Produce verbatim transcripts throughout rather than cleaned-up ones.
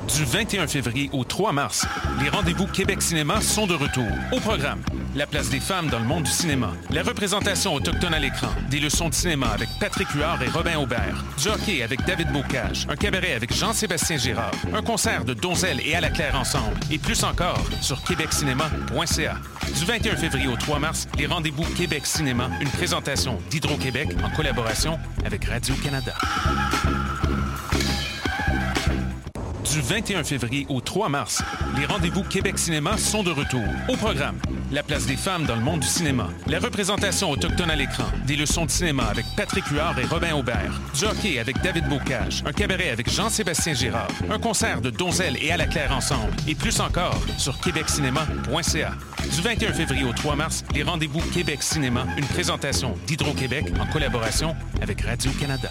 Du vingt et un février au trois mars, les rendez-vous Québec Cinéma sont de retour. Au programme, la place des femmes dans le monde du cinéma, la représentation autochtone à l'écran, des leçons de cinéma avec Patrick Huard et Robin Aubert, du hockey avec David Bocage, un cabaret avec Jean-Sébastien Girard, un concert de Donzelle et À la Claire ensemble, et plus encore sur québec cinéma point c a. Du vingt et un février au trois mars, les rendez-vous Québec Cinéma, une présentation d'Hydro-Québec en collaboration avec Radio-Canada. Du vingt et un février au trois mars, les rendez-vous Québec Cinéma sont de retour. Au programme, la place des femmes dans le monde du cinéma, la représentation autochtone à l'écran, des leçons de cinéma avec Patrick Huard et Robin Aubert, du hockey avec David Bocage, un cabaret avec Jean-Sébastien Girard, un concert de Donzelle et À la Claire ensemble, et plus encore sur québec cinéma point c a. Du vingt et un février au trois mars, les rendez-vous Québec Cinéma, une présentation d'Hydro-Québec en collaboration avec Radio-Canada.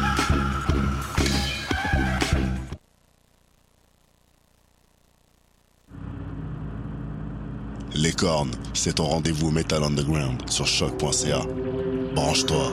Les Cornes, c'est ton rendez-vous Metal Underground sur choc point c a. Branche-toi.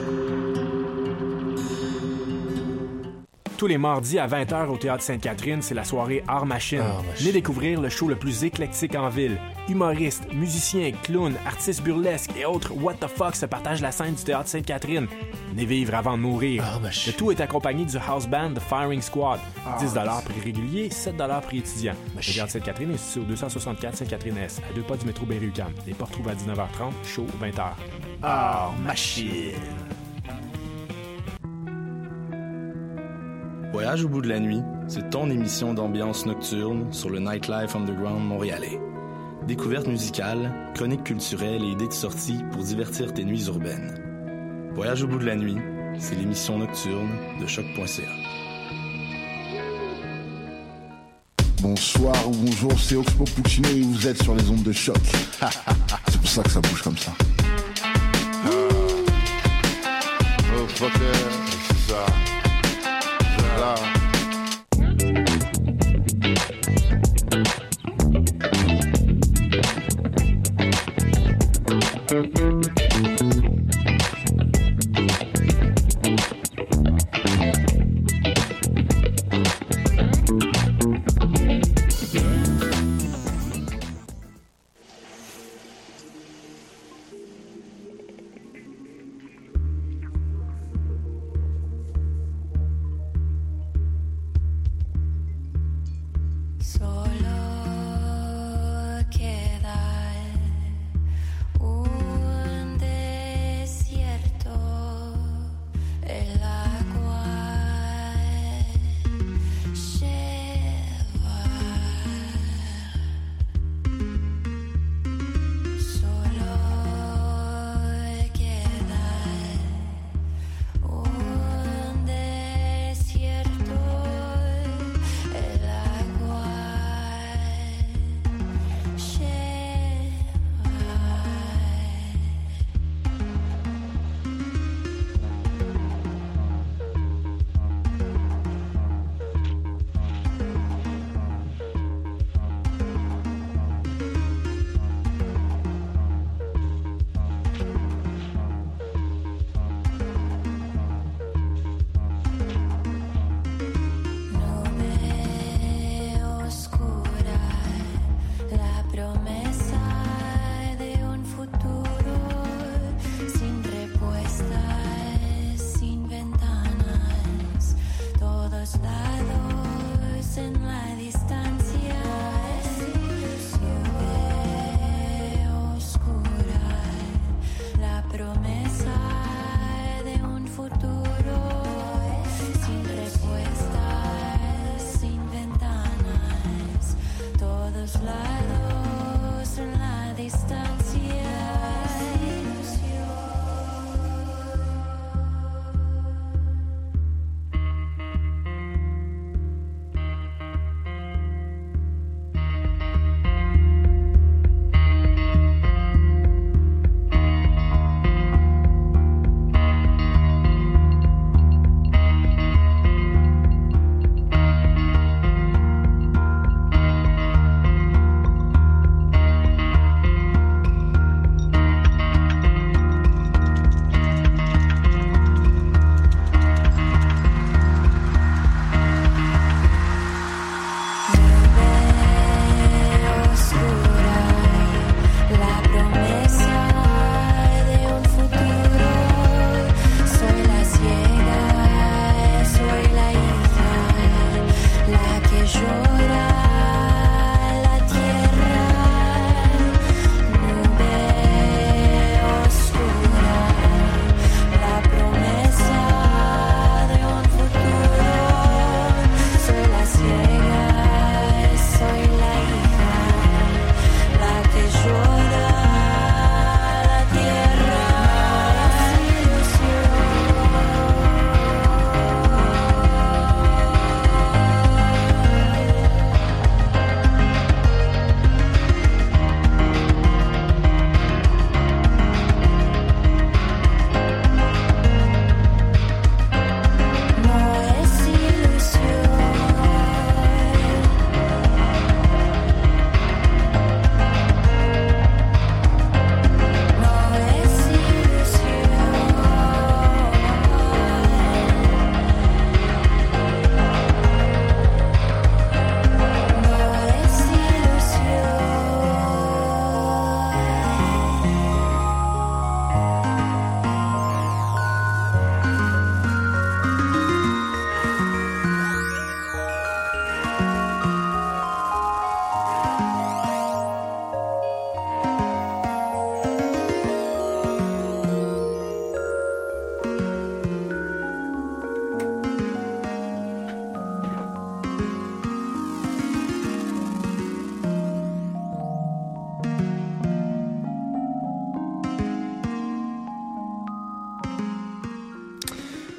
Tous les mardis à vingt heures au Théâtre Sainte-Catherine, c'est la soirée Art Machine. Art Machine. Venez découvrir le show le plus éclectique en ville. Humoristes, musiciens, clowns, artistes burlesques et autres what the fuck se partagent la scène du Théâtre Sainte-Catherine. Venez vivre avant de mourir. Art Machine. Le tout est accompagné du house band The Firing Squad. dix dollars prix régulier, sept dollars prix étudiant. Le Théâtre Sainte-Catherine est situé au deux cent soixante-quatre Sainte-Catherine-Est, à deux pas du métro Berry-UQAM. Les portes trouvent à dix-neuf heures trente, show vingt heures. Art Machine. Voyage au bout de la nuit, c'est ton émission d'ambiance nocturne sur le Nightlife Underground montréalais. Découvertes musicales, chroniques culturelles et idées de sortie pour divertir tes nuits urbaines. Voyage au bout de la nuit, c'est l'émission nocturne de choc point c a. Bonsoir ou bonjour, c'est Oxpo Puccino et vous êtes sur les ondes de choc. C'est pour ça que ça bouge comme ça. Oh, fuck it. Ça. Ça. Solo queda un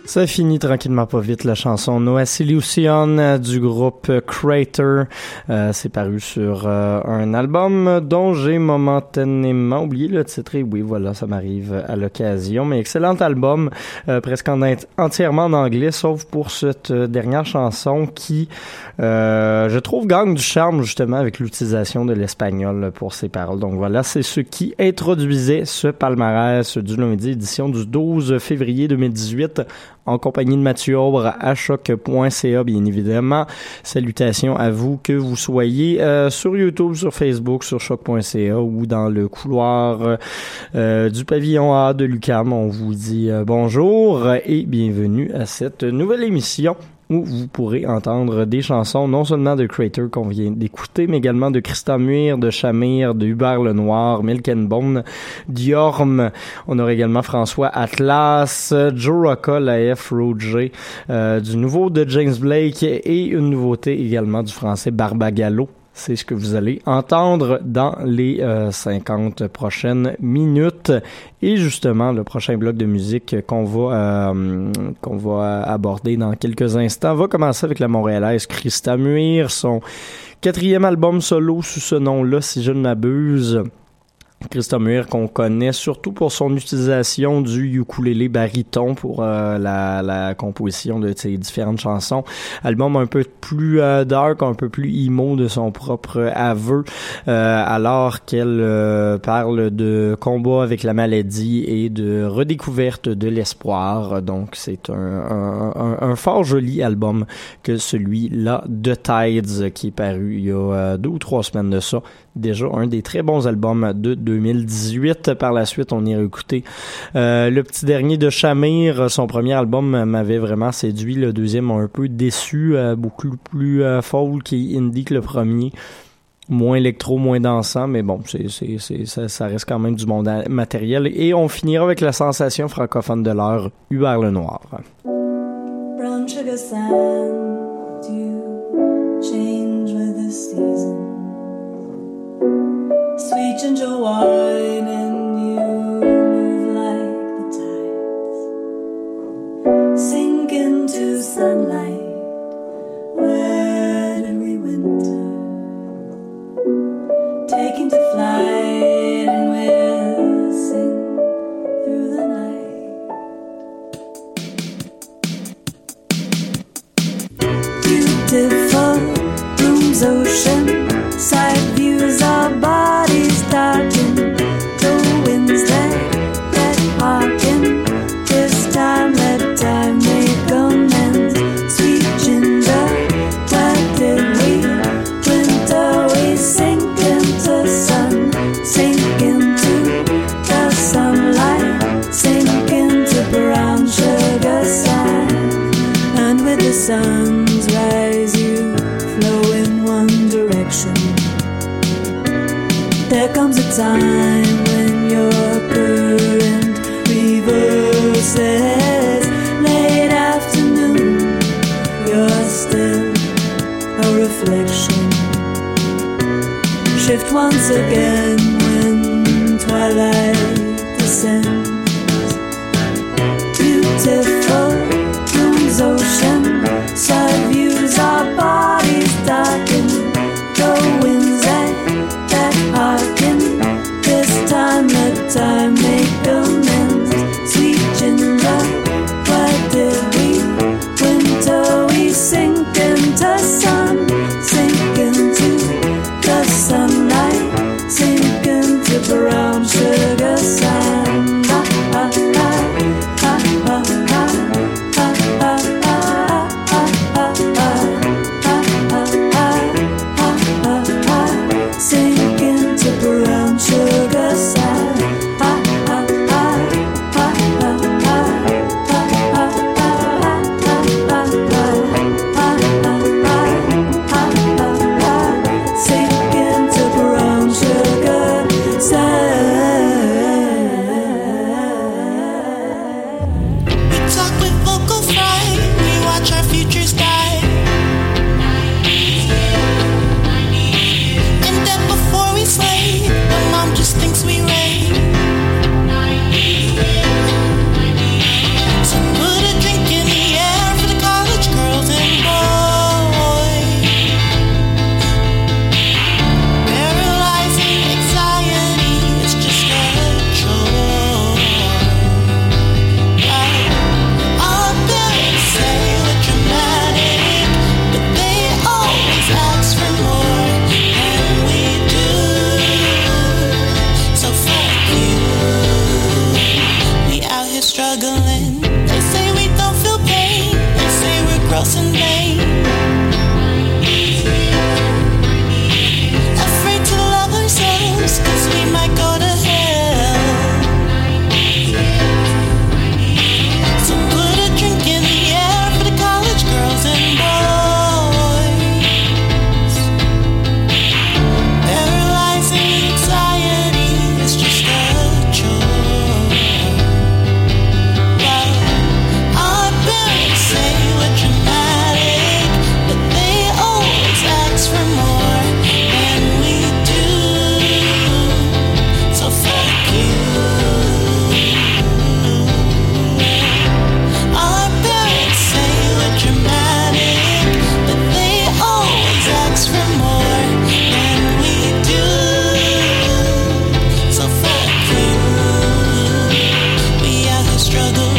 Ça finit tranquillement pas vite la chanson Noah Illusion du groupe Crater. Euh, c'est paru sur euh, un album dont j'ai momentanément oublié le titre. Et oui, voilà, ça m'arrive à l'occasion. Mais excellent album, euh, presque en int- entièrement en anglais, sauf pour cette euh, dernière chanson qui, euh, je trouve, gagne du charme justement avec l'utilisation de l'espagnol pour ses paroles. Donc voilà, c'est ce qui introduisait ce palmarès du lundi, édition du douze février deux mille dix-huit. En compagnie de Mathieu Aubre à choc point c a, bien évidemment. Salutations à vous, que vous soyez euh, sur YouTube, sur Facebook, sur choc point c a ou dans le couloir euh, du pavillon A de l'U Q A M. On vous dit euh, bonjour et bienvenue à cette nouvelle émission où vous pourrez entendre des chansons non seulement de Crater qu'on vient d'écouter, mais également de Christa Muir, de Chamir, de Hubert Lenoir, Milk and Bone, Diorme. On aura également François Atlas, Joe Rocca, la F, Roger, euh, du nouveau de James Blake et une nouveauté également du français Barbagallo. C'est ce que vous allez entendre dans les euh, cinquante prochaines minutes. Et justement, le prochain bloc de musique qu'on va euh, qu'on va aborder dans quelques instants va commencer avec la Montréalaise Christa Muir, son quatrième album solo sous ce nom-là, si je ne m'abuse. Christa Muir qu'on connaît surtout pour son utilisation du ukulélé baryton pour euh, la, la composition de ses différentes chansons. Album un peu plus euh, dark, un peu plus emo de son propre aveu, euh, alors qu'elle euh, parle de combat avec la maladie et de redécouverte de l'espoir. Donc c'est un, un, un, un fort joli album que celui-là de Tides qui est paru il y a euh, deux ou trois semaines de ça. Déjà un des très bons albums de deux mille dix-huit. Par la suite, on ira écouter euh, le petit dernier de Chamir. Son premier album m'avait vraiment séduit. Le deuxième m'a un peu déçu, euh, beaucoup plus euh, folk et indie que le premier. Moins électro, moins dansant, mais bon, c'est, c'est, c'est, ça, ça reste quand même du bon matériel. Et on finira avec la sensation francophone de l'heure, Hubert Lenoir. Brown sugar sand, you change with the season. Sweet ginger wine and you move like the tides. Sink into sunlight. Where did we winter? Taking to flight and we'll sing through the night. Beautiful rooms, ocean, side views, our bodies touching. The winds that, that hearken. This time, let time make amends. Sweet ginger, what did we? Winter, we sink into sun, sink into the sunlight, sink into brown sugar sand. And with the sun's rise, you flow in one direction. There comes a time when your current reverses. Late afternoon, you're still a reflection. Shift once again when twilight descends. Beautiful rooms, ocean, side views, our bodies darken. The winds that, that hearken. This time, let time make amends. Sweet ginger, what did we? Winter, we sink into sun, sink into the sunlight, sink into brown sugar sand. Ah, ah, ah, ah, ah, ah, ah, ah, ah, ah, sink into brown sugar sand. Ah, ah, ah. us in vain. Afraid to love ourselves, cause we might go to hell. So put a drink in the air for the college girls and boys. Paralyzing anxiety is just a choice. Well, our parents say we're dramatic, but they always ask for more than we do. So fuck you. Our parents say we're dramatic, but they always ask for more than we do. So fuck you. We are here struggling.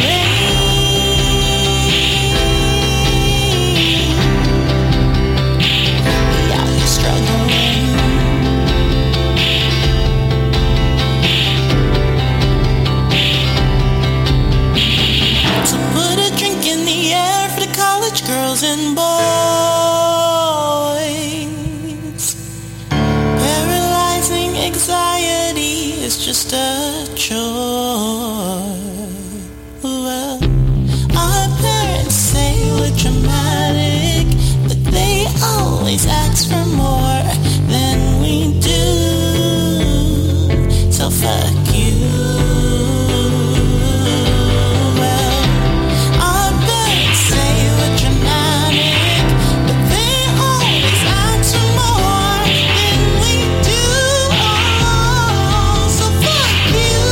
We are here struggling. So put a drink in the air for the college girls and boys. Paralyzing anxiety is just a chore. Well, our parents say we're dramatic, but they always ask for more than we do. So fuck you. Well, our parents say we're dramatic, but they always ask for more than we do. Oh, so fuck you.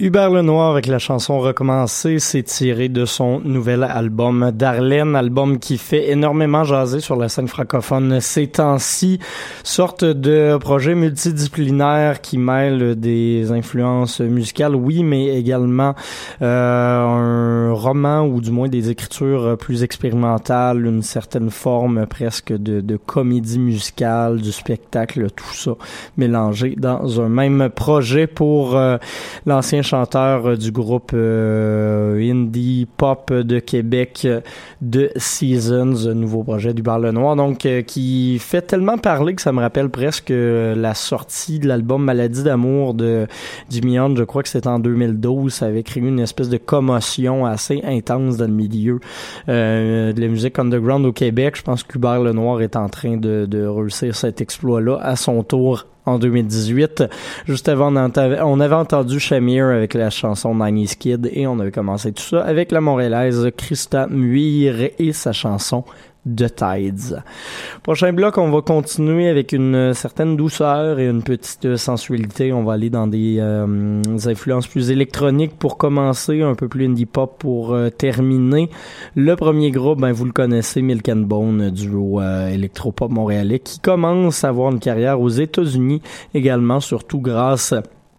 Hubert Lenoir avec la chanson Recommencer, c'est tiré de son nouvel album Darlene, album qui fait énormément jaser sur la scène francophone ces temps-ci, sorte de projet multidisciplinaire qui mêle des influences musicales, oui, mais également euh, un roman ou du moins des écritures plus expérimentales, une certaine forme presque de, de comédie musicale, du spectacle, tout ça mélangé dans un même projet pour euh, l'ancien chanteur du groupe euh, indie pop de Québec de Seasons, nouveau projet d'Hubert Lenoir, donc euh, qui fait tellement parler que ça me rappelle presque euh, la sortie de l'album Maladie d'amour de Jimmy Hunt, je crois que c'était en deux mille douze, ça avait créé une espèce de commotion assez intense dans le milieu euh, de la musique underground au Québec. Je pense qu'Hubert Lenoir est en train de, de réussir cet exploit-là à son tour en deux mille dix-huit. Juste avant, on, entavait, on avait entendu Shamir avec la chanson nineties Kid et on avait commencé tout ça avec la montréalaise Christa Muir et sa chanson The Tides. Prochain bloc, on va continuer avec une certaine douceur et une petite sensualité. On va aller dans des, euh, des influences plus électroniques pour commencer, un peu plus indie pop pour euh, terminer. Le premier groupe, ben vous le connaissez, Milk and Bone, duo euh, électropop montréalais, qui commence à avoir une carrière aux États-Unis également, surtout grâce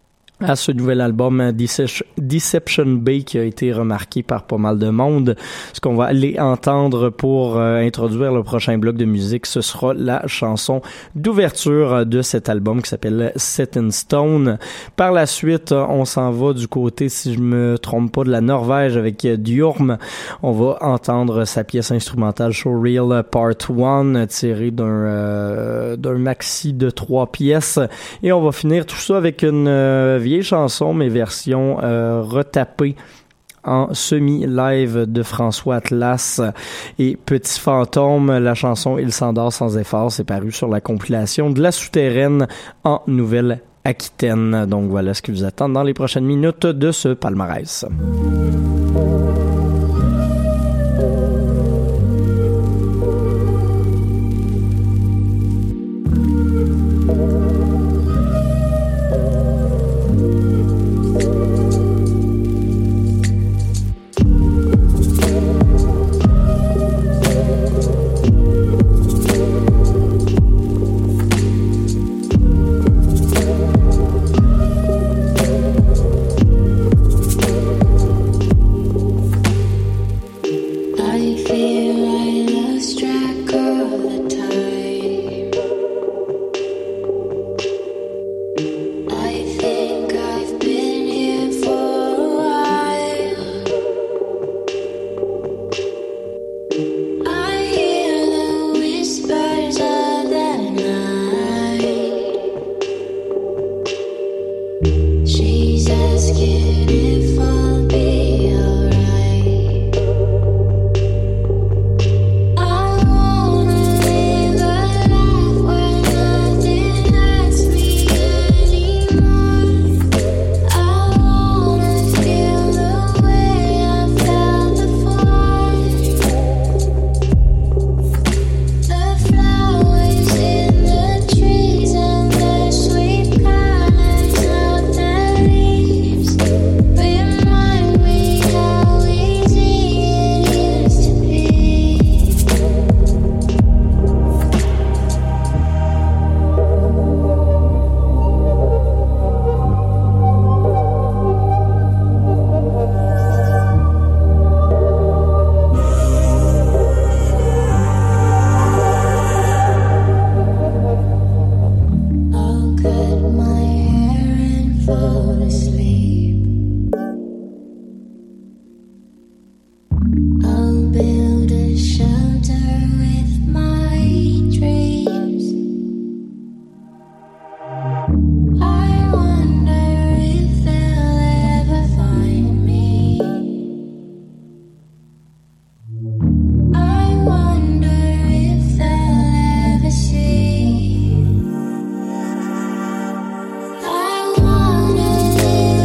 à ce nouvel album Deception Bay qui a été remarqué par pas mal de monde. Ce qu'on va aller entendre pour euh, introduire le prochain bloc de musique, ce sera la chanson d'ouverture de cet album qui s'appelle Set in Stone. Par la suite, on s'en va du côté, si je me trompe pas, de la Norvège avec Djurm. On va entendre sa pièce instrumentale Showreel Part un tirée d'un, euh, d'un maxi de trois pièces. Et on va finir tout ça avec une euh, vieille chanson, mais version euh, retapée en semi-live de François Atlas et Petit Fantôme. La chanson Il s'endort sans effort, c'est paru sur la compilation de La Souterraine en Nouvelle-Aquitaine. Donc voilà ce qui vous attend dans les prochaines minutes de ce palmarès. I wanna live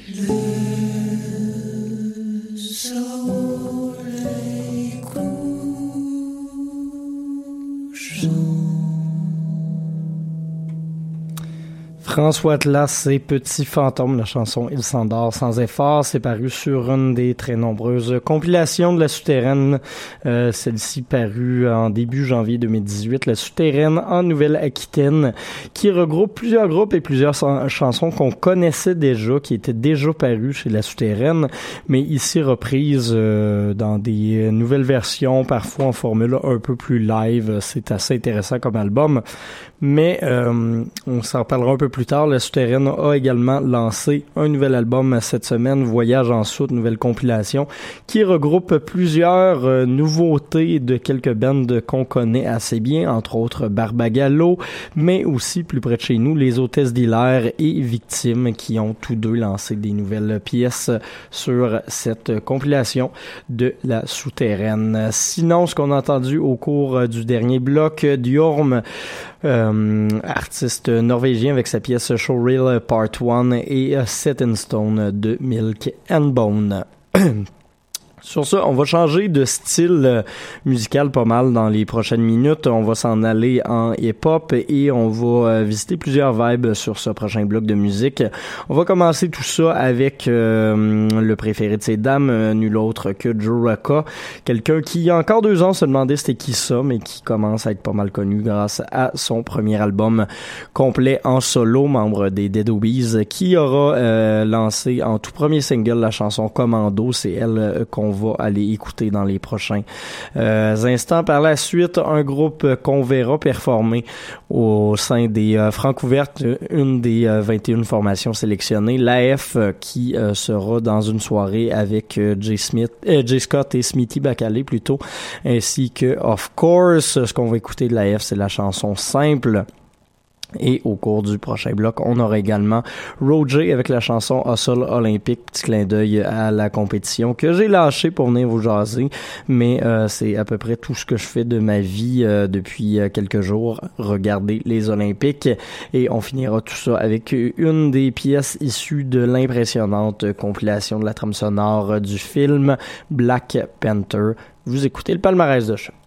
François Atlas et Petit Fantôme, la chanson « Il s'endort sans effort », c'est paru sur une des très nombreuses compilations de La Souterraine. Euh, celle-ci parue en début janvier deux mille dix-huit, La Souterraine en Nouvelle-Aquitaine, qui regroupe plusieurs groupes et plusieurs chansons qu'on connaissait déjà, qui étaient déjà parues chez La Souterraine, mais ici reprises euh, dans des nouvelles versions, parfois en formule un peu plus live. C'est assez intéressant comme album. Mais euh, on s'en parlera un peu plus tard. La Souterraine a également lancé un nouvel album cette semaine, Voyage en soute, nouvelle compilation, qui regroupe plusieurs euh, nouveautés de quelques bandes qu'on connaît assez bien, entre autres Barbagallo, mais aussi plus près de chez nous, Les Hôtesses d'Hilaire et Victimes, qui ont tous deux lancé des nouvelles pièces sur cette compilation de La Souterraine. Sinon, ce qu'on a entendu au cours du dernier bloc, Djorm, Euh, artiste norvégien avec sa pièce Showreel Part un et Set in Stone de Milk and Bone. Sur ça, on va changer de style musical pas mal dans les prochaines minutes. On va s'en aller en hip-hop et on va visiter plusieurs vibes sur ce prochain bloc de musique. On va commencer tout ça avec euh, le préféré de ces dames, euh, nul autre que Joe Rocca. Quelqu'un qui, il y a encore deux ans, se demandait c'était qui ça, mais qui commence à être pas mal connu grâce à son premier album complet en solo, membre des Dead Obies, qui aura euh, lancé en tout premier single la chanson Commando. C'est elle euh, qu'on va aller écouter dans les prochains euh, instants. Par la suite, un groupe qu'on verra performer au sein des euh, Francouvertes, une des euh, vingt et une formations sélectionnées, l'A F, euh, qui euh, sera dans une soirée avec euh, Jay Smith, euh, Jay Scott et Smithy Bacalé plutôt, ainsi que Of Course. Ce qu'on va écouter de l'A F, c'est la chanson Simple. Et au cours du prochain bloc, on aura également Roger avec la chanson Hustle Olympique, petit clin d'œil à la compétition que j'ai lâché pour venir vous jaser, mais euh, c'est à peu près tout ce que je fais de ma vie euh, depuis euh, quelques jours, regarder les Olympiques, et on finira tout ça avec une des pièces issues de l'impressionnante compilation de la trame sonore du film Black Panther. Vous écoutez le palmarès de Choc.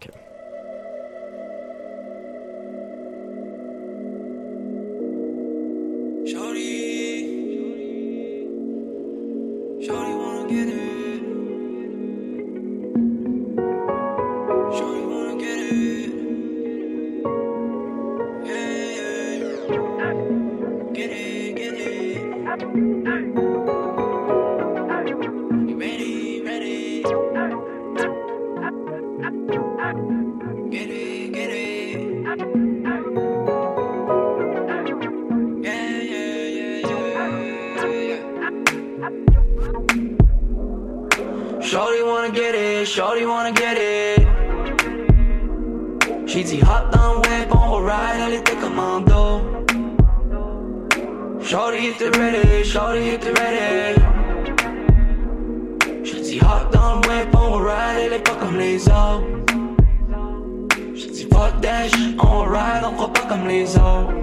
Shorty wanna get it, shorty wanna get it. She dit hop dans le web, on va ride, elle était commando. Shorty était ready, shorty était ready. She dit hop dans le web, on va ride, elle est pas comme les autres. She dit fuck that shit, on va ride, on fera pas comme les autres.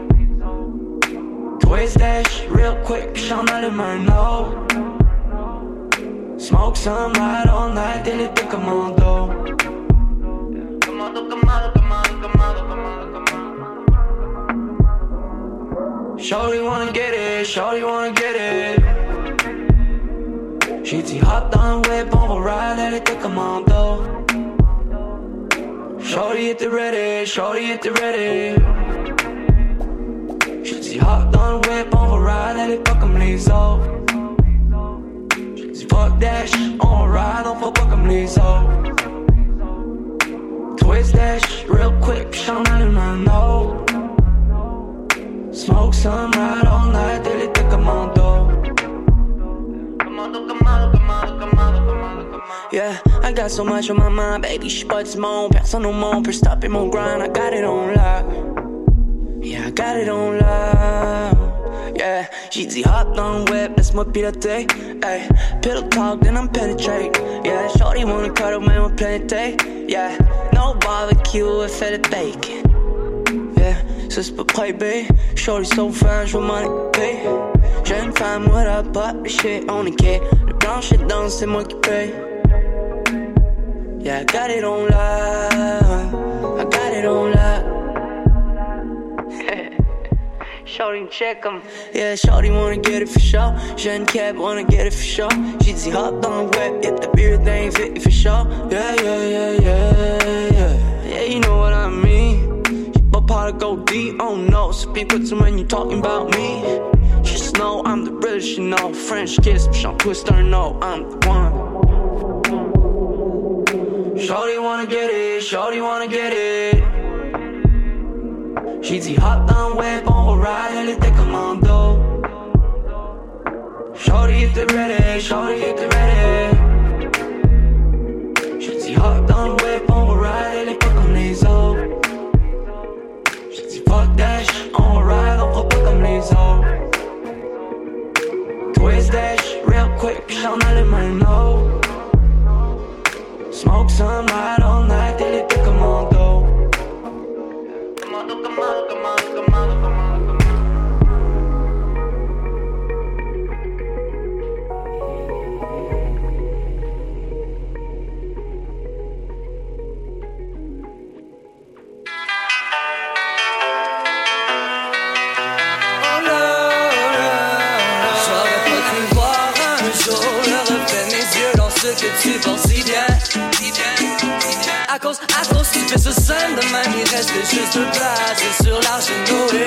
Twist that shit real quick, puis j'en allume un autre. Smoke some, ride all night, elle était commando. Commando, commando, commando, commando, commando, commando. Shorty wanna get it, shorty wanna get it. She dit hop dans le whip, on va ride, elle était commando. Shorty était ready, shorty était ready. She dit hop dans le whip, on va ride, elle est pas comme les autres. Fuck that shit, on ride, on fera pas comme les autres. Twist that shit real quick, pis j'en allume un autre. Smoke some, ride all night, elle était commando. Commando, commando, commando, commando, commando, commando. Yeah, I got so much on my mind, baby, j'suis pas du monde. Personne au monde peut stopper mon grind, I got it on lock. Yeah, I got it on lock. Yeah, j'ai dit hop dans le web, laisse-moi piloter. Ay, pillow talk, then I'm penetrate. Yeah, shorty wanna cuddle, man, we'll planter. Yeah, no barbecue, elle fait le bacon. Yeah, ça c'est pas prêt, babe. Shorty so fine, j'veux m'en occuper. Jeune femme, what up, pop, shit on the kid. Le blanc shit dans, c'est moi qui paye. Yeah, I got it on lock. I got it on lock. Shorty check 'em. Yeah, shorty wanna get it for sure. Jeune cab wanna get it for sure. J'ai dit hop dans le web, yep, the beer thing fit for sure. Yeah, yeah, yeah, yeah, yeah. Yeah, you know what I mean. But part to go deep, oh no. Speak with them when you talking about me. Just know I'm the British, you know. French kiss, Sean Twister, no, I'm the one. Shorty wanna get it, shorty wanna get it. J'ai dit hop dans le web, on va ride, elle était commando. Shorty if t'es ready, shorty if t'es ready. J'ai dit hop dans le web, on va ride, elle est pas comme les autres. J'ai dit fuck dash, on va ride, on fera pas comme les autres. Twist dash, real quick, pis j'en allume un autre. Smoke some, ride all night, elle était commando. Commando, commando, commando, commando, commando, commando. Oh là là, j'aurais pas cru voir un jour le reflet de mes yeux dans ce que tu penses si bien, si bien, si bien. À cause, à cause, tu fais ce scène de même, il reste juste deux places sur l'arche de Noé.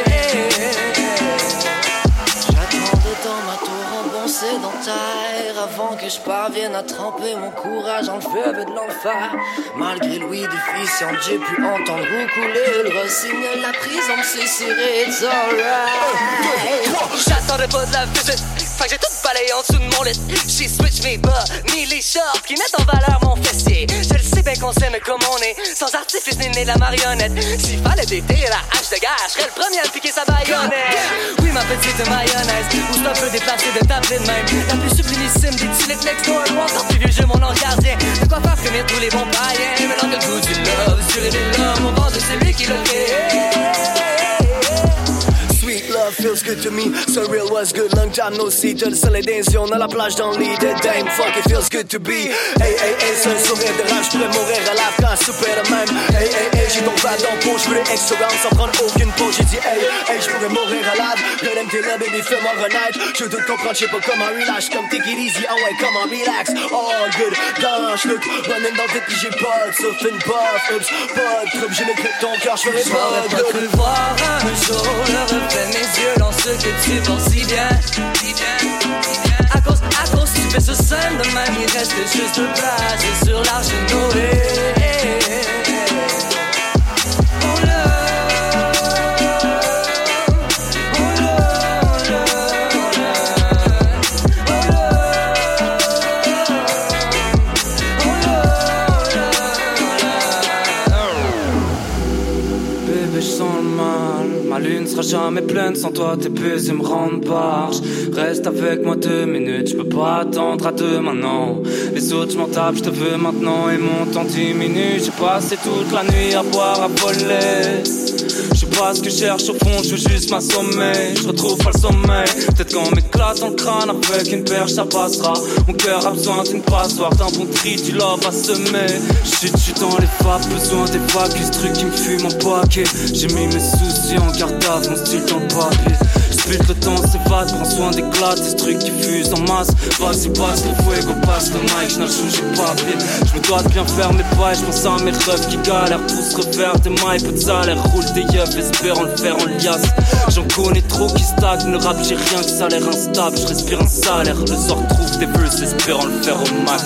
J'attendais dans ma tour en bon sédentaire avant que je parvienne à tremper mon courage dans le fleuve de l'enfer. Malgré l'ouïe déficiente, j'ai pu entendre couler le rossignol. La prison me susurrait, it's alright. J'attendais pas de la visite, fait que j'ai tout balayé en dessous de mon lit. J'ai switch mes bas, mis les shorts qui mettent en valeur mon fessier. Je le sais bien qu'on s'aime comme on est, sans artifice ni la marionnette. S'il fallait déter la hache de guerre, je serais le premier à piquer sa baïonnette. Oui, ma petite mayonnaise, où c'est un peu déplacé de t'appeler de même. La plus sublimissime des tulips next door, ou encore plus vieux jeu, mon ange gardien. De quoi faire frémir tous les bons païens, mélange le goût du love, sur les l'homme, au vent de celui qui l'a créé. Sweet love feels good to me, so real was good, long time no see. Je le soleil des yeux, on a la plage dans le lit de dame, fuck it feels good to be. Hey hey hey, c'est un sourire de rage, j'pourrais mourir à la quand souper de même. Hey hey hey, j'ai ton bas dans le pot, j'veux les extra rounds sans prendre aucune pause. J'ai dit hey hey, j'pourrais mourir à la je l'aime tes love, baby, fais-moi renaître. Je dois te comprendre, j'sais pas comment relax, comme take it easy, oh ouais, comment relax. All good, dans look, running dans le vide pis j'ai pas de souffle, une puff, oops, pas de trouble, j'ai m'écrit ton cœur, j'ferais pas de cru voir un jour le reflet de mes yeux dans ce que tu penses si bien, si bien, si bien. À cause, à cause, tu fais ce scène de même, il reste juste deux places sur l'arche de Noé. Oh là. Ma lune sera jamais pleine sans toi, tes baisers me rendent barge. Reste avec moi deux minutes, je peux pas attendre à demain, non. Les autres je m'en tape, je te veux maintenant et mon temps diminue. J'ai passé toute la nuit à boire, à voler. Je sais pas ce que je cherche au fond, je veux juste m'assommer. Je retrouve pas le sommeil, peut-être qu'on m'éclate dans le crâne. Avec une perche ça passera, mon cœur a besoin d'une passoire. D'un bon tri, du love à semer. J'suis j'suis dans les vapes, besoin d'évacuer ce truc qui me fume en paquet. J'ai mis mes soucis en garde à mon style dans le papier. J'pute le temps s'évade, prends soin d'éclater ce truc qui fuse en masse. Vas-y passe le fuego, passe le mic, j'n'ai j'ai pas pied. J'me dois de bien faire mes pas, j'pense à mes rêves qui galèrent. Tous refaire des mailles, peu de salaire, roule des yeux, espérant le faire en liasse. J'en connais trop qui stagnent, le rap j'ai rien que ça a l'air instable. J'respire un salaire, le sort trouve des verses, espérant le faire au max.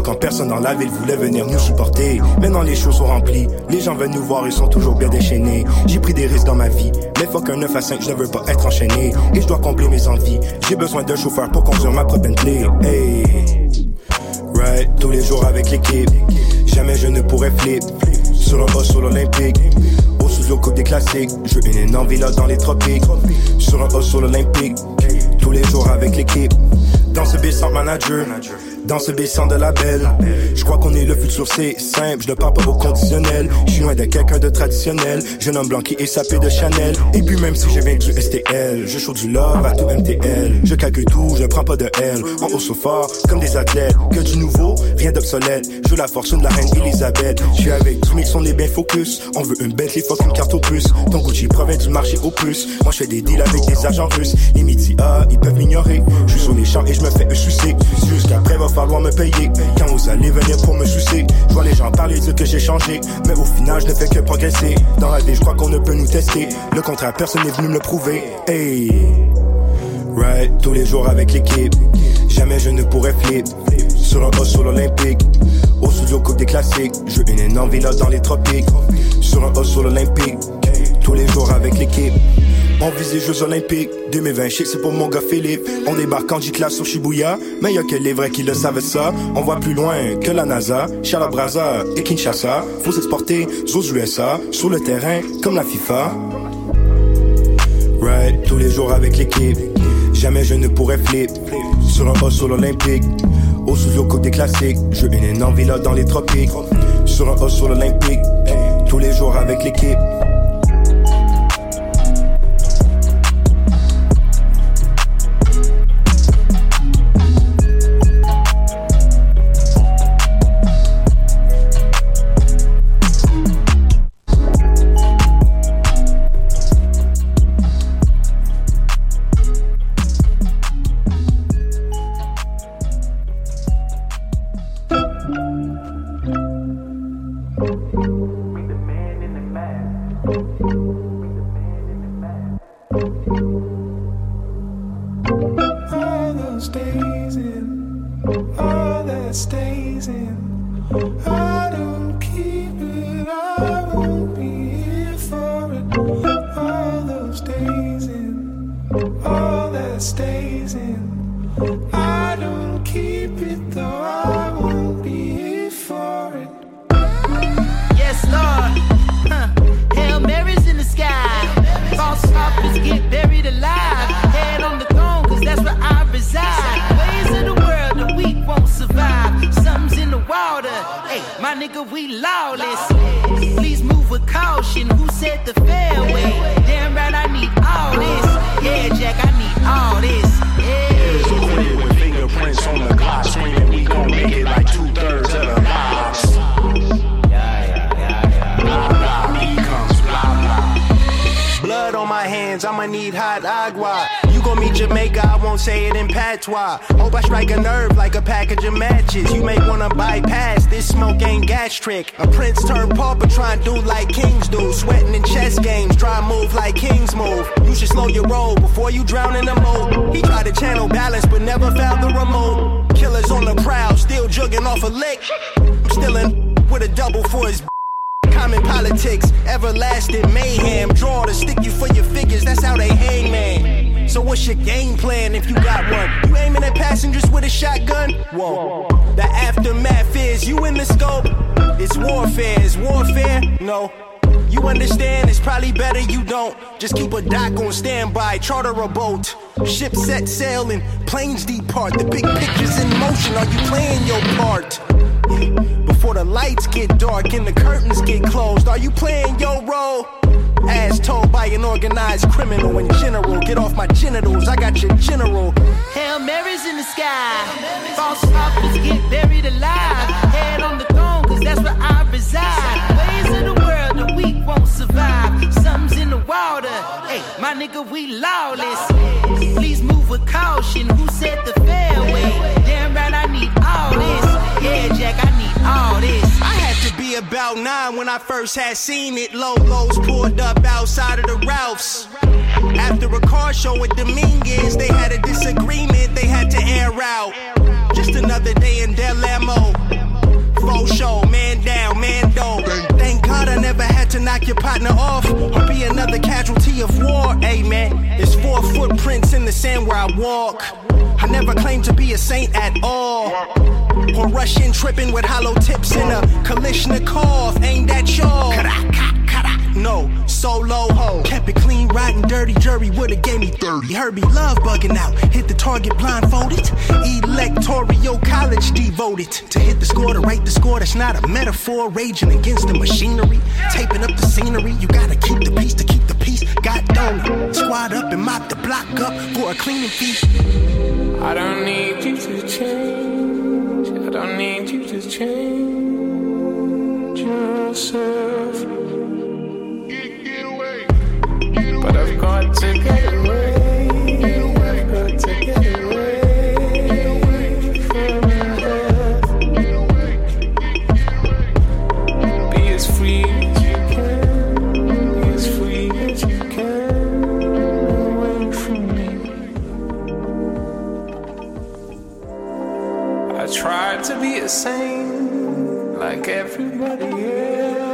quand personne dans la ville voulait venir nous supporter. Maintenant les shows sont remplis, les gens veulent nous voir, ils sont toujours bien déchaînés. J'ai pris des risques dans ma vie, mais fuck un neuf à cinq, je ne veux pas être enchaîné. Et je dois combler mes envies, j'ai besoin d'un chauffeur pour conduire ma propre Bentley. Hey, right, tous les jours avec l'équipe, jamais je ne pourrais flip sur un haut sur l'Olympique. Au studio coupe des classiques, je veux une énorme villa dans les tropiques. Sur un haut sur l'Olympique, tous les jours avec l'équipe. Dans ce B-Cent manager, dans ce B-Cent de label. Je crois qu'on est le futur, c'est simple, je ne parle pas au conditionnel. Je suis loin de quelqu'un de traditionnel, jeune homme blanc qui est sapé de Chanel. Et puis même si je viens du S T L, je show du love à tout M T L. Je calcule tout, je ne prends pas de L. En haut so fort, comme des athlètes. Que du nouveau, rien d'obsolète. Je veux la fortune de la reine Elisabeth. Je suis avec tous mes on est bien focus. On veut une Bentley, fuck une carte au plus. Ton Gucci provient du marché au plus. Moi je fais des deals avec des agents russes. Les médias, ils peuvent m'ignorer. Je suis sur les champs et je me fais un sucer. Jusqu'après va falloir me payer. Quand vous allez venir pour me sucer, je vois les gens parler, dire que j'ai changé, mais au final je ne fais que progresser. Dans la vie je crois qu'on ne peut nous tester. Le contraire personne n'est venu me le prouver. Hey, right, tous les jours avec l'équipe, jamais je ne pourrais flip sur un haut sur l'Olympique. Au studio coupe des classiques, je veux une énorme villa dans les tropiques. Sur un haut sur l'Olympique, tous les jours avec l'équipe. On vise les Jeux Olympiques deux mille vingt, chic, c'est pour mon gars Philippe. On débarque en J-Class sur Shibuya, mais y'a que les vrais qui le savaient ça. On voit plus loin que la NASA, Charles Braza et Kinshasa. Faut s'exporter aux U S A, sur le terrain comme la FIFA. Right, tous les jours avec l'équipe, jamais je ne pourrais flip sur un haut sur l'Olympique. Au studio coupe des classiques, je veux une énorme villa dans les tropiques. Sur un haut sur l'Olympique, tous les jours avec l'équipe. Hope I strike a nerve like a package of matches. You may wanna bypass, this smoke ain't gas trick. A prince turned pauper try and do like kings do. Sweating in chess games, try and move like kings move. You should slow your roll before you drown in the moat. He tried to channel balance but never found the remote. Killers on the prowl, still jugging off a lick. I'm still in with a double for his common politics, everlasting mayhem. Draw to stick you for your figures, that's how they hang, man. So what's your game plan if you got one? You aiming at passengers with a shotgun? Whoa. The aftermath is you in the scope. It's warfare. Is warfare? No. You understand? It's probably better you don't. Just keep a dock on standby. Charter a boat. Ship set sail and planes depart. The big picture's in motion. Are you playing your part? Before the lights get dark and the curtains get closed, are you playing your role? As told by an organized criminal in general. Get off my genitals, I got your general. Hail Mary's in the sky. False prophets get buried alive. Head on the throne, cause that's where I reside. Ways of the world, the weak won't survive. Something's in the water. Hey, my nigga, we lawless. Please move with caution. Who said the fairway? Damn right, I need all this. Yeah, Jack, I need all this. I had to be about nine when I first had seen it. Lolos pulled up outside of the Ralphs. After a car show at Dominguez, they had a disagreement they had to air out. Just another day in Del Amo. knock your partner off or be another casualty of war. Hey man, it's four footprints in the sand where I walk. I never claimed to be a saint at all. Or Russian tripping with hollow tips in a Kalishnikov. Ain't that y'all? No, solo ho. Kept it clean, riding dirty. Jury would've gave me thirty. Herbie love bugging out. Hit the target blindfolded. Electoral college devoted to hit the score, to write the score. That's not a metaphor. Raging against the machinery. Taping up the scenery. You gotta keep the peace to keep the peace. God don't squad up and mop the block up for a cleaning fee. I don't need you to change. I don't need you to change yourself. But I've got to get away. I've got to get away from your death. Be as free as you can. Be as free as you can. Away from me. I tried to be a saint like everybody else.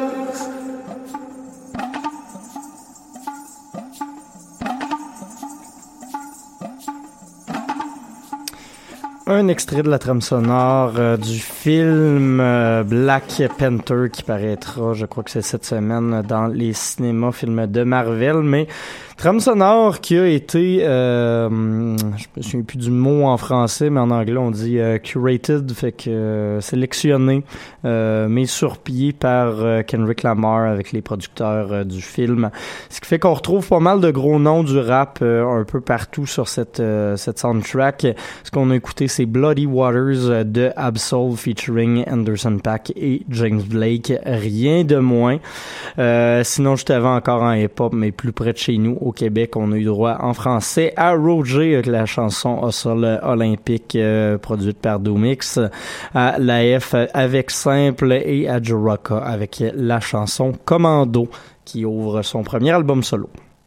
Un extrait de la trame sonore euh, du film euh, Black Panther qui paraîtra, je crois que c'est cette semaine, dans les cinémas, film de Marvel, mais trame sonore qui a été, euh, je me souviens plus du mot en français, mais en anglais on dit euh, curated, fait que euh, sélectionné, euh, mis sur pied par euh, Kendrick Lamar avec les producteurs euh, du film. Ce qui fait qu'on retrouve pas mal de gros noms du rap euh, un peu partout sur cette euh, cette soundtrack. Ce qu'on a écouté, c'est Bloody Waters de Absol featuring Anderson .Paak et James Blake, rien de moins. Euh, sinon, juste avant, encore en hip-hop, mais plus près de chez nous, au Québec, on a eu droit en français à Roger avec la chanson Hustle Olympique euh, produite par Doomix, à l'A F avec Simple et à Joraka avec la chanson Commando qui ouvre son premier album solo.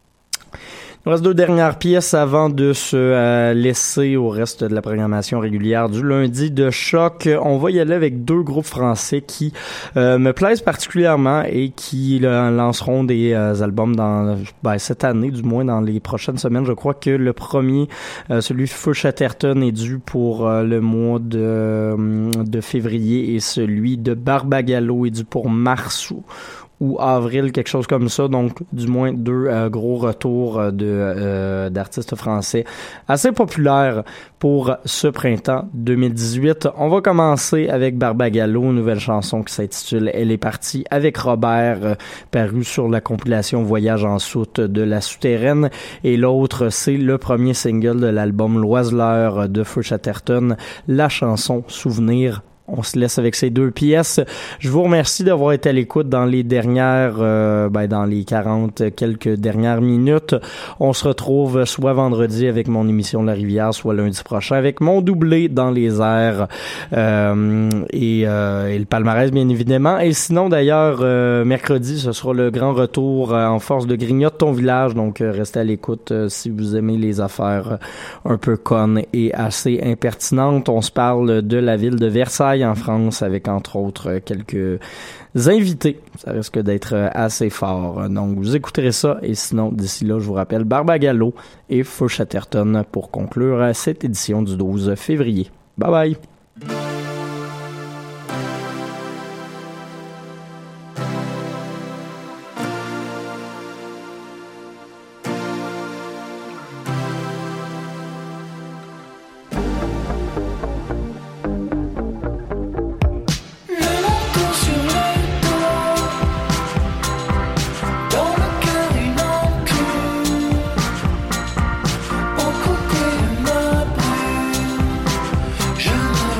Il nous reste deux dernières pièces avant de se euh, laisser au reste de la programmation régulière du lundi de Choc. On va y aller avec deux groupes français qui euh, me plaisent particulièrement et qui euh, lanceront des euh, albums dans ben, cette année, du moins dans les prochaines semaines. Je crois que le premier, euh, celui Feu Chatterton, est dû pour euh, le mois de, euh, de février et celui de Barbagallo est dû pour mars ou ou avril, quelque chose comme ça. Donc, du moins deux euh, gros retours de euh, d'artistes français assez populaires pour ce printemps deux mille dix-huit. On va commencer avec Barbagallo, une nouvelle chanson qui s'intitule « Elle est partie » avec Robert, euh, paru sur la compilation Voyage en soute de La Souterraine. Et l'autre, c'est le premier single de l'album L'Oiseleur de Feu Chatterton, la chanson « Souvenir ». On se laisse avec ces deux pièces. Je vous remercie d'avoir été à l'écoute dans les dernières, euh, ben dans les quarante quelques dernières minutes. On se retrouve soit vendredi avec mon émission La Rivière, soit lundi prochain avec mon doublé dans les airs euh, et, euh, et le palmarès bien évidemment. Et sinon d'ailleurs euh, mercredi ce sera le grand retour euh, en force de Grignote ton village. Donc euh, restez à l'écoute euh, si vous aimez les affaires un peu connes et assez impertinentes. On se parle de la ville de Versailles en France avec entre autres quelques invités. Ça risque d'être assez fort. Donc vous écouterez ça et sinon d'ici là je vous rappelle Barbagallo et Feu Chatterton pour conclure cette édition du douze février. Bye bye! Je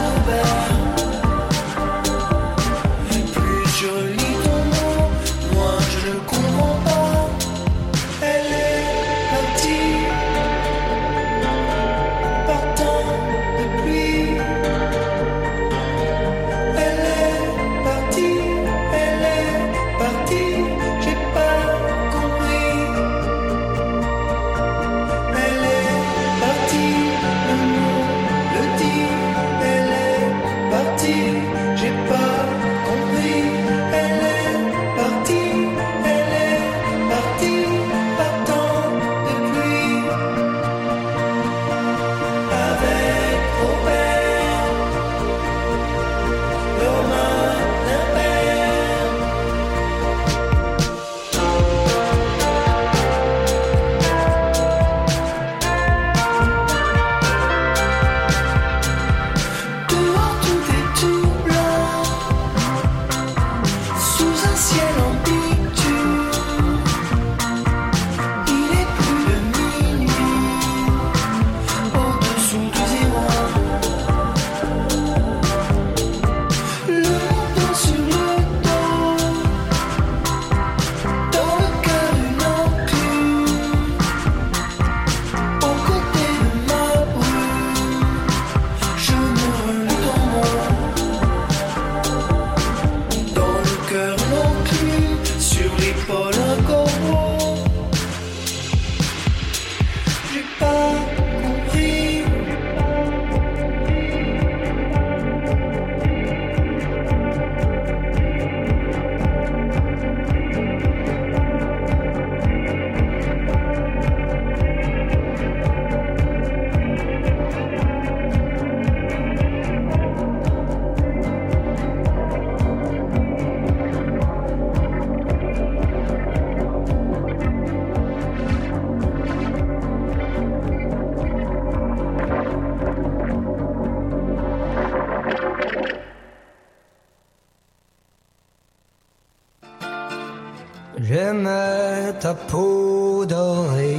J'aimais ta peau dorée,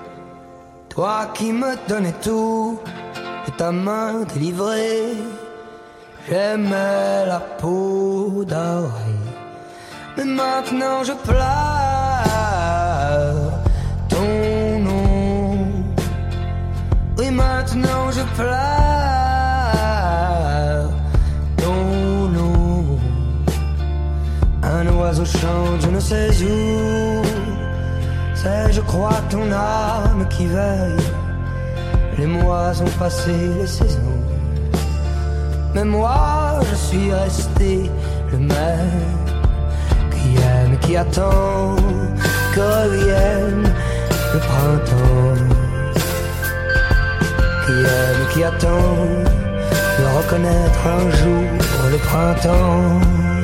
toi qui me donnais tout, et ta main délivrée. J'aimais la peau dorée, mais maintenant je pleure ton nom. Oui, maintenant je pleure ton nom. Un oiseau chante, je ne sais où. C'est, je crois, ton âme qui veille. Les mois ont passé, les saisons. Mais moi, je suis resté le même qui aime, qui attend que revienne le printemps. Qui aime, qui attend de reconnaître un jour le printemps.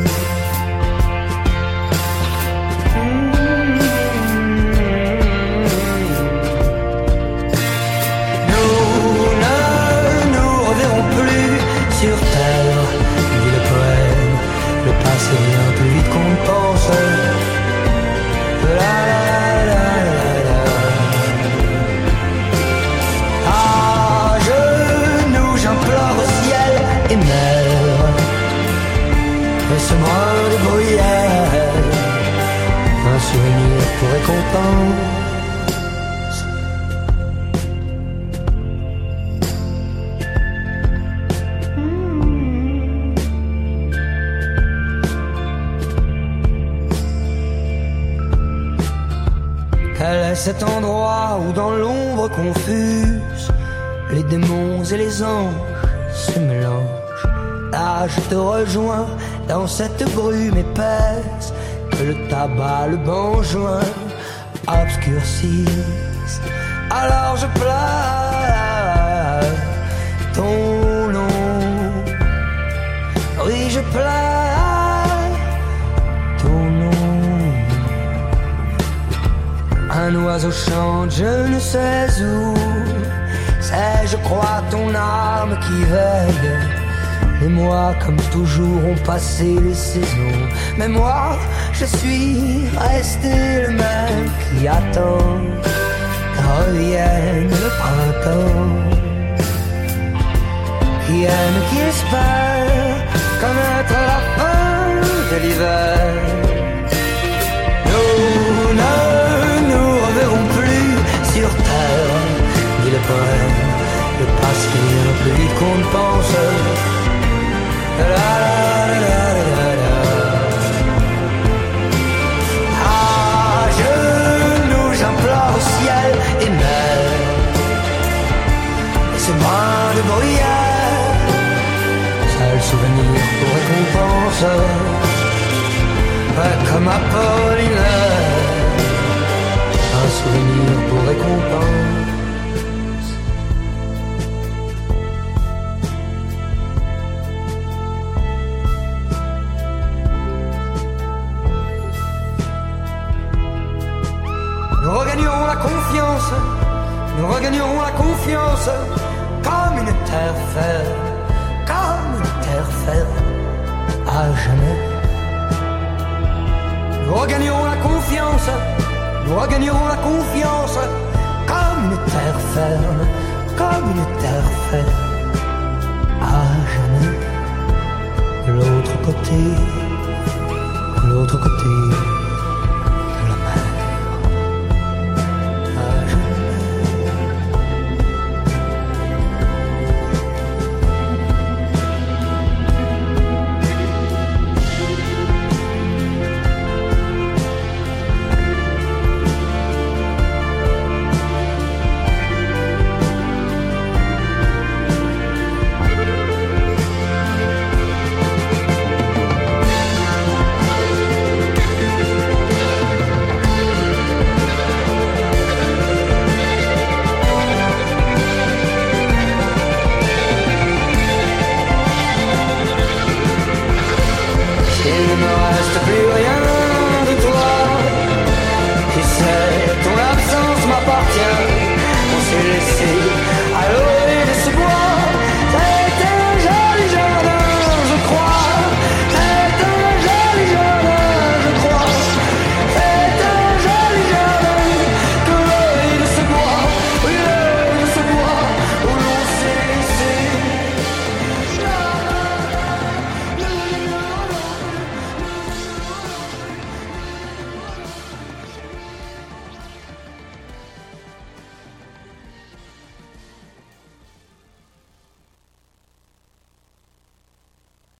Sur terre, dit le poème, le passé vient plus vite qu'on ne pense. La la la la la. À genoux, j'implore au ciel et meurs. Ce brin de bruyère, un souvenir pour récompense. Cet endroit où dans l'ombre confuse les démons et les anges se mélangent. Là je te rejoins dans cette brume épaisse que le tabac, le banjoin obscurcissent. Alors je pleure ton nom. Oui, je pleure ton nom. Un oiseau chante, je ne sais où. C'est, je crois, ton âme qui veille. Les mois, comme toujours, ont passé les saisons. Mais moi, je suis resté le même qui attend que revienne le printemps. qui aime, qui espère connaître la fin de l'hiver. Nous ne nous reverrons plus sur terre, dit le poème. Le passe qui vient plus vite qu'on ne pense. La, la, la, la, la. Ah, genoux, j'implore au ciel et mer. Laissez-moi de bruyère, seul souvenir pour récompense. Ouais, comme Apollinaire, un souvenir pour récompense. Nous regagnerons la confiance, nous regagnerons la confiance, comme une terre ferme, comme une terre ferme, à jamais. Nous regagnerons la confiance, nous regagnerons la confiance, comme une terre ferme, comme une terre ferme, à jamais. De l'autre côté, de l'autre côté. On s'est laissé